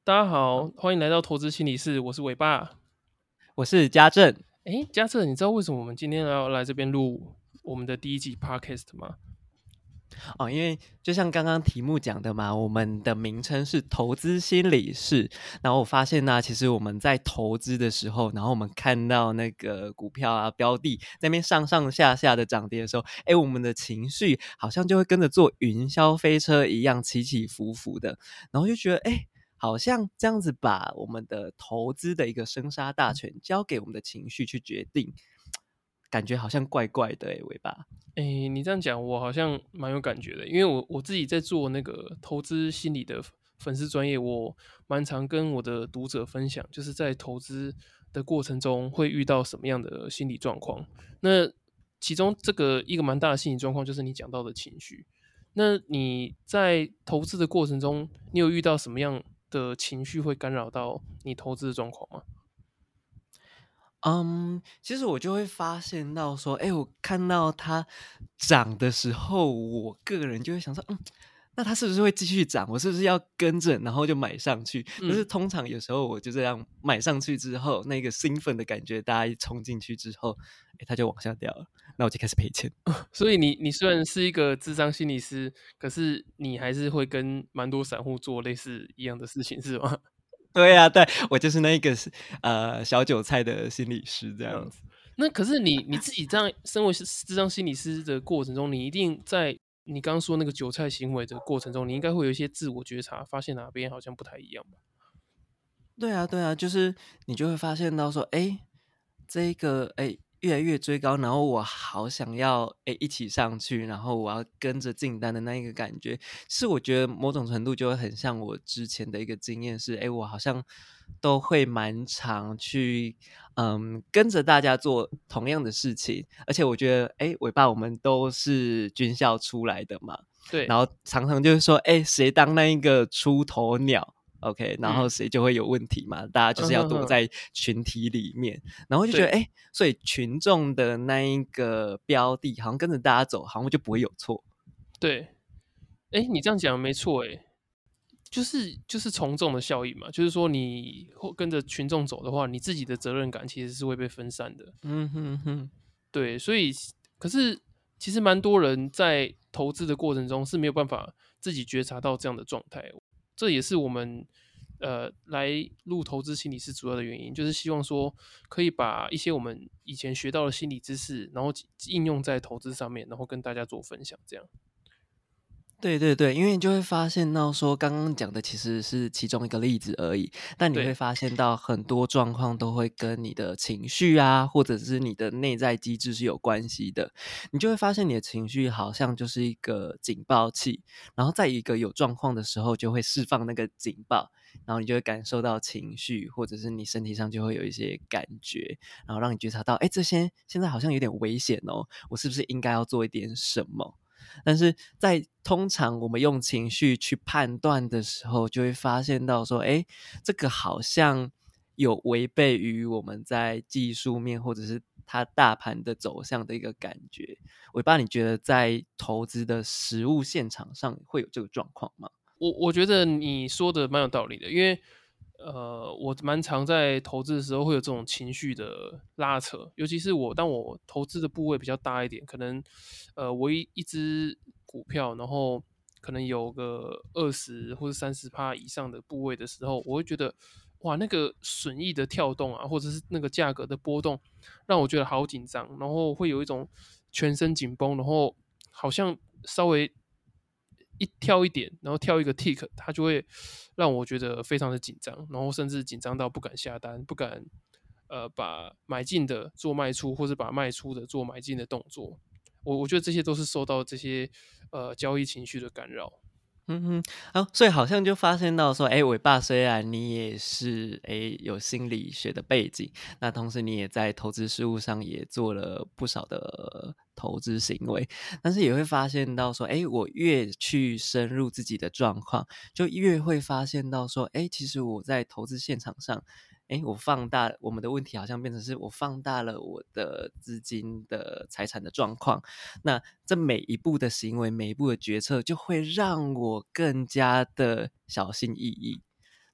大家好，欢迎来到投资心理室，我是伟爸。 我是家政。 嘉策，你知道为什么我们今天要来这边录我们的第一集 podcast 吗？ 因为就像刚刚题目讲的嘛，我们的名称是投资心理室。然后我发现呢，其实我们在投资的时候，然后我们看到那个股票啊标的在那边上上下下的涨跌的时候，我们的情绪好像就会跟着坐云霄飞车一样起起伏伏的，然后就觉得好像这样子把我们的投资的一个生杀大权交给我们的情绪去决定，感觉好像怪怪的尾巴。 你这样讲，我好像蛮有感觉的，因为我自己在做那个投资心理的粉丝专业，我蛮常跟我的读者分享，就是在投资的过程中会遇到什么样的心理状况。那其中这个一个蛮大的心理状况就是你讲到的情绪。那你在投资的过程中，你有遇到什么样的情绪会干扰到你投资的状况吗？ 其实我就会发现到说，我看到它涨的时候，我个人就会想说，那它是不是会继续涨？我是不是要跟着，然后就买上去？但是通常有时候我就这样买上去之后，那个兴奋的感觉，大家一冲进去之后，它就往下掉了，那我就开始赔钱。 所以你虽然是一个智商心理师，可是你还是会跟蛮多散户做类似一样的事情，是吗？ 对呀，对，我就是那个小韭菜的心理师这样嗯， 子。 那可是你自己这样身为智商心理师的过程中，你一定在你刚刚说那个韭菜行为的过程中，你应该会有一些自我觉察，发现哪边好像不太一样吧？ 对啊，对啊，就是你就会发现到说，这个越来越追高，然后我好想要一起上去，然后我要跟着进单的那一个感觉，是我觉得某种程度就会很像我之前的一个经验是，我好像都会蛮常去跟着大家做同样的事情，而且我觉得尾巴我们都是军校出来的嘛，然对， 后常常就是说，谁当那一个出头鸟。OK，然后嗯谁就会有问题嘛？大家就是要嗯哼哼， 躲在群体里面，然后就觉得， 对所以群众的那一个标的，好像跟着大家走，好像就不会有错。 对，你这样讲没错，就是从众的效应嘛，就是说你跟着群众走的话，你自己的责任感其实是会被分散的。 嗯哼哼， 对，所以可是其实蛮多人在投资的过程中是没有办法自己觉察到这样的状态，这也是我们来录投资心理是主要的原因，就是希望说可以把一些我们以前学到的心理知识，然后应用在投资上面，然后跟大家做分享，这样。 对对对，因为你就会发现到说，刚刚讲的其实是其中一个例子而已，但你会对发现到很多状况都会跟你的情绪啊，或者是你的内在机制是有关系的。你就会发现你的情绪好像就是一个警报器，然后在一个有状况的时候，就会释放那个警报，然后你就会感受到情绪，或者是你身体上就会有一些感觉，然后让你觉察到，这些现在好像有点危险哦，我是不是应该要做一点什么？但是在通常我们用情绪去判断的时候，就会发现到说，这个好像有违背于我们在技术面或者是它大盘的走向的一个感觉。尾巴，你觉得在投资的实物现场上会有这个状况吗？ 我觉得你说的蛮有道理的，因为我蛮常在投资的时候会有这种情绪的拉扯，尤其是当我投资的部位比较大一点，可能我一只股票，然后可能有个20或者30%以上的部位的时候，我会觉得哇，那个损益的跳动啊，或者是那个价格的波动，让我觉得好紧张，然后会有一种全身紧绷，然后好像稍微一跳一点，然后跳一个 tick，它就会让我觉得非常的紧张，然后甚至紧张到不敢下单，不敢把买进的做卖出，或者把卖出的做买进的动作。我觉得这些都是受到这些交易情绪的干扰。 嗯哼，所以好像就发现到说，伟爸虽然你也是有心理学的背景，那同时你也在投资事务上也做了不少的投资行为，但是也会发现到说，我越去深入自己的状况，就越会发现到说，其实我在投资现场上。我放大我们的问题，好像变成是我放大了我的资金的财产的状况，那这每一步的行为，每一步的决策，就会让我更加的小心翼翼。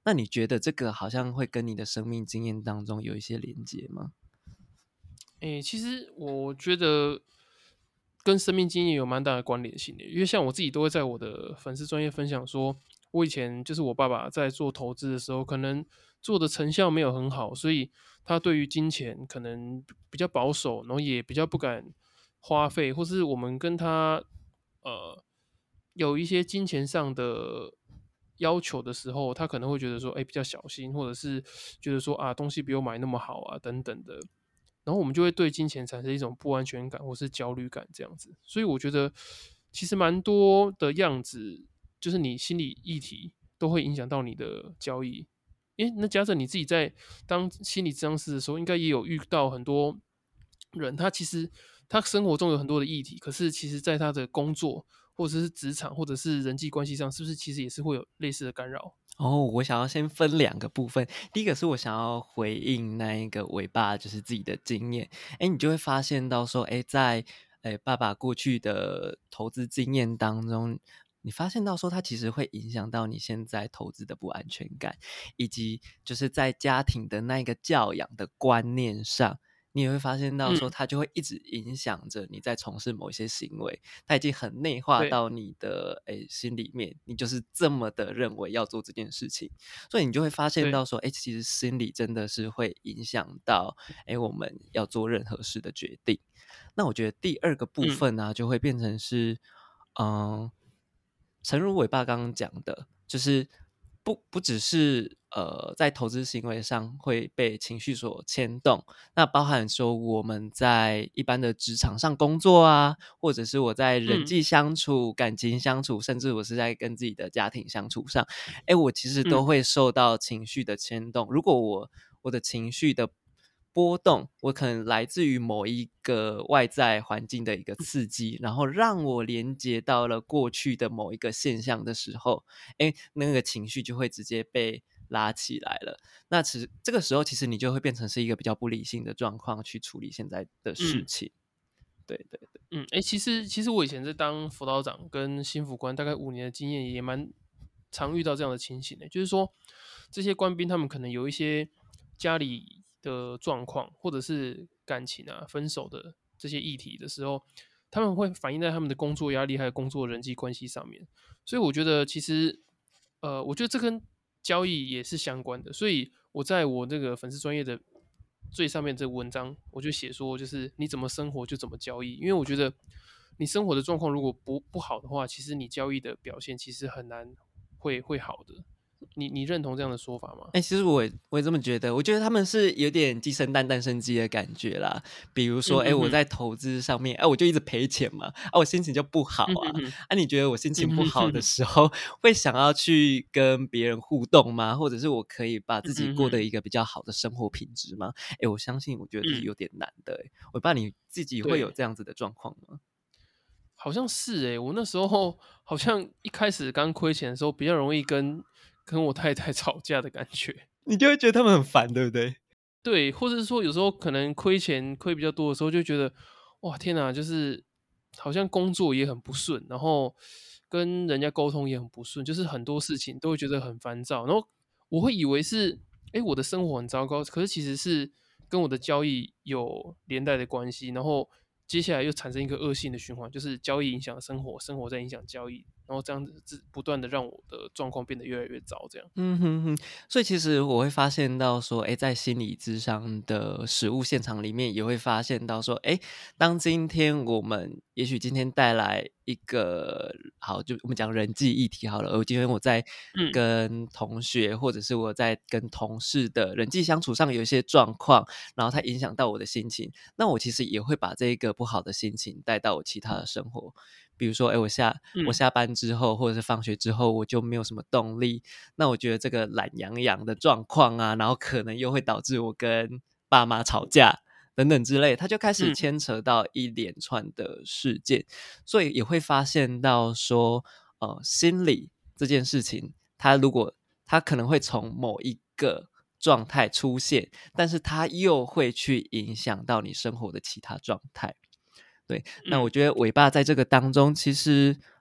那你觉得这个好像会跟你的生命经验当中有一些连接吗？ 其实我觉得跟生命经验有蛮大的关联性的，因为像我自己都会在我的粉丝专业分享说，我以前就是我爸爸在做投资的时候，可能做的成效没有很好，所以他对于金钱可能比较保守，然后也比较不敢花费，或是我们跟他呃有一些金钱上的要求的时候，他可能会觉得说，比较小心，或者是觉得说啊，东西比我买那么好啊，等等的。然后我们就会对金钱产生一种不安全感或是焦虑感这样子。所以我觉得其实蛮多的样子，就是你心理议题都会影响到你的交易。那假设你自己在当心理咨商师的时候，应该也有遇到很多人，他其实他生活中有很多的议题，可是其实在他的工作或者是职场或者是人际关系上，是不是其实也是会有类似的干扰？ 哦，我想要先分两个部分。第一个是我想要回应那一个伟爸，就是自己的经验。你就会发现到说，在爸爸过去的投资经验当中，你发现到说，他其实会影响到你现在投资的不安全感，以及就是在家庭的那个教养的观念上。你也会发现到说， 嗯， 它就会一直影响着你在从事某一些行为，它已经很内化对， 到你的心里面，你就是这么的认为要做这件事情，所以你就会发现对， 到说，其实心理真的是会影响到我们要做任何事的决定。那我觉得第二个部嗯分呢、就会变成是，嗯，诚如伟爸刚刚讲的，就是不只是在投资行为上会被情绪所牵动，那包含说我们在一般的职场上工作啊，或者是我在人嗯际相处、感情相处，甚至我是在跟自己的家庭相处上，我其实都嗯， 会受到情绪的牵动。如果我的情绪的波动，我可能来自于某一个外在环境的一个刺激，然后让我连接到了过去的某一个现象的时候，那个情绪就会直接被拉起来了。那其实这个时候，其实你就会变成是一个比较不理性的状况去处理现在的事嗯。 情。对对对， 其实我以前在当辅导长跟心辅官，大概5年的经验，也蛮常遇到这样的情形的。就是说，这些官兵他们可能有一些家里的状况，或者是感情啊、分手的这些议题的时候，他们会反映在他们的工作压力还有工作人际关系上面。所以我觉得其实，我觉得这跟交易也是相关的。所以我在我这个粉丝专业的最上面这个文章，我就写说，就是你怎么生活就怎么交易。因为我觉得你生活的状况如果不好的话，其实你交易的表现其实很难会好的。你认同这样的说法吗？ 其实我也这么觉得，我觉得他们是有点鸡生蛋，蛋生鸡的感觉啦。比如说， 嗯哼哼， 我在投资上面，我就一直赔钱嘛，我心情就不好啊。 嗯哼哼， 你觉得我心情不好的嗯哼哼， 时候，会想要去跟别人互动吗？或者是我可以把自己嗯哼哼， 过得一个比较好的生活品质吗？我相信，我觉得这是嗯， 有点难的。我不知道你自己会有对， 这样子的状况吗？ 好像是我那时候好像一开始刚亏钱的时候，比较容易跟我太太吵架的感觉。 你就会觉得他们很烦，对不对？ 对，或者是说有时候可能亏钱亏比较多的时候，就觉得哇天哪，就是好像工作也很不顺，然后跟人家沟通也很不顺，就是很多事情都会觉得很烦躁。然后我会以为是我的生活很糟糕，可是其实是跟我的交易有连带的关系，然后接下来又产生一个恶性的循环，就是交易影响生活，生活在影响交易，然后这样子不断的让我的状况变得越来越糟，这样。 嗯哼哼，所以其实我会发现到说，在心理咨商的实务现场里面，也会发现到说，当今天我们也许今天带来一个好，就我们讲人际议题好了，今天我在嗯跟同学或者是我在跟同事的人际相处上有一些状况，然后它影响到我的心情，那我其实也会把这个不好的心情带到我其他的生活。比如说，我嗯下班之后，或者是放学之后，我就没有什么动力，那我觉得这个懒洋洋的状况啊，然后可能又会导致我跟爸妈吵架等等之类，它就开始嗯牵扯到一连串的事件，所以也会发现到说，心理这件事情，它如果它可能会从某一个状态出现，但是它又会去影响到你生活的其他状态。对，那我嗯觉得尾巴在这个当中，其实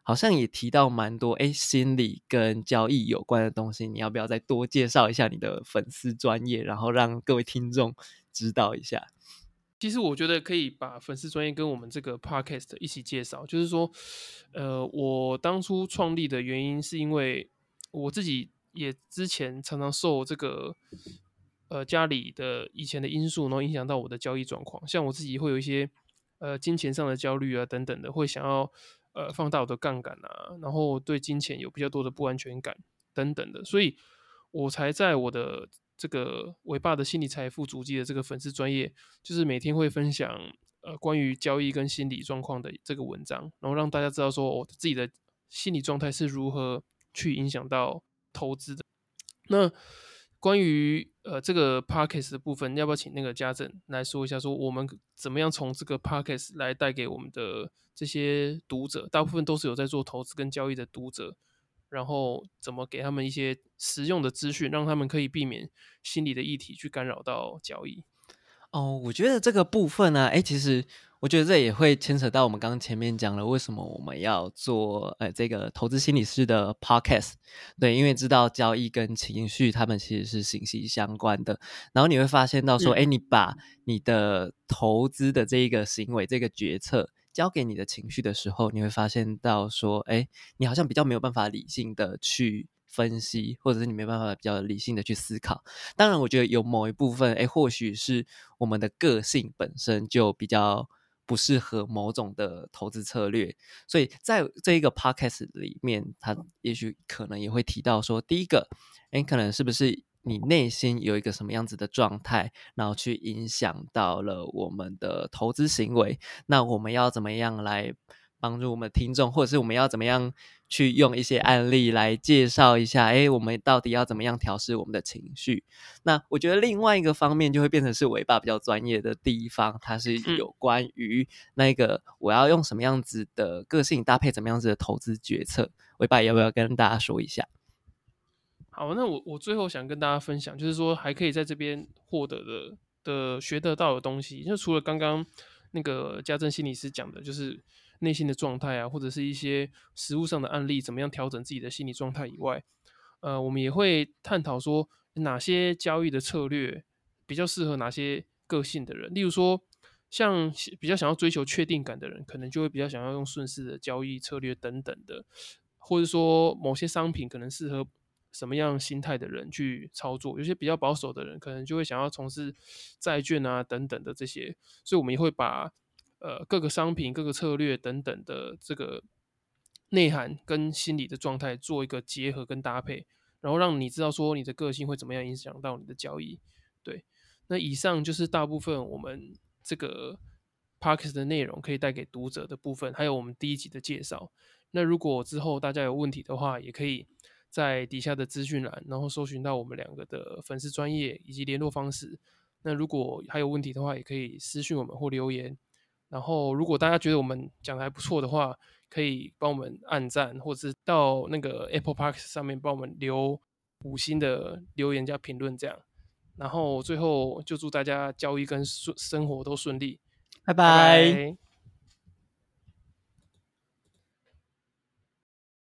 好像也提到蛮多心理跟交易有关的东西，你要不要再多介绍一下你的粉丝专页，然后让各位听众知道一下？ 其实我觉得可以把粉丝专业跟我们这个 podcast 一起介绍，就是说，我当初创立的原因是因为我自己也之前常常受这个家里的以前的因素，然后影响到我的交易状况，像我自己会有一些金钱上的焦虑啊等等的，会想要放大我的杠杆啊，然后对金钱有比较多的不安全感等等的，所以我才在我的这个伟爸的心理财富足迹的这个粉丝专业，就是每天会分享关于交易跟心理状况的这个文章，然后让大家知道说我自己的心理状态是如何去影响到投资的。那关于这个 podcast 的部分，要不要请那个家政来说一下，说我们怎么样从这个 podcast 来带给我们的这些读者，大部分都是有在做投资跟交易的读者，然后怎么给他们一些实用的资讯，让他们可以避免心理的议题去干扰到交易。 我觉得这个部分呢，其实我觉得这也会牵扯到我们刚刚前面讲了，为什么我们要做这个投资心理师的 podcast。对，因为知道交易跟情绪他们其实是息息相关的。然后你会发现到说，你把你的投资的这一个行为、这个决策交给你的情绪的时候，你会发现到说，你好像比较没有办法理性的去分析，或者是你没办法比较理性的去思考。当然我觉得有某一部分或许是我们的个性本身就比较不适合某种的投资策略，所以在这一个 podcast 里面，他也许可能也会提到说，第一个可能是不是你内心有一个什么样子的状态，然后去影响到了我们的投资行为，那我们要怎么样来帮助我们听众，或者是我们要怎么样去用一些案例来介绍一下，我们到底要怎么样调试我们的情绪。那我觉得另外一个方面就会变成是伟爸比较专业的地方，它是有关于那个我要用什么样子的个性搭配怎么样子的投资决策，伟爸要不要跟大家说一下？ 好，那我最后想跟大家分享，就是说还可以在这边获得学得到的东西，就除了刚刚那个家政心理师讲的，就是内心的状态啊，或者是一些实物上的案例，怎么样调整自己的心理状态以外，我们也会探讨说哪些交易的策略比较适合哪些个性的人，例如说像比较想要追求确定感的人，可能就会比较想要用顺势的交易策略等等的，或者说某些商品可能适合什么样心态的人去操作，有些比较保守的人可能就会想要从事债券啊等等的这些，所以我们也会把各个商品、各个策略等等的这个内涵跟心理的状态做一个结合跟搭配，然后让你知道说你的个性会怎么样影响到你的交易。对，那以上就是大部分我们这个 podcast 的内容可以带给读者的部分，还有我们第一集的介绍。那如果之后大家有问题的话，也可以在底下的资讯栏，然后搜寻到我们两个的粉丝专业以及联络方式。那如果还有问题的话，也可以私讯我们或留言。然后，如果大家觉得我们讲的还不错的话，可以帮我们按赞，或者是到那个 Apple Park 上面帮我们留5星的留言加评论，这样。然后最后就祝大家交易跟生活都顺利， 拜拜拜。 拜。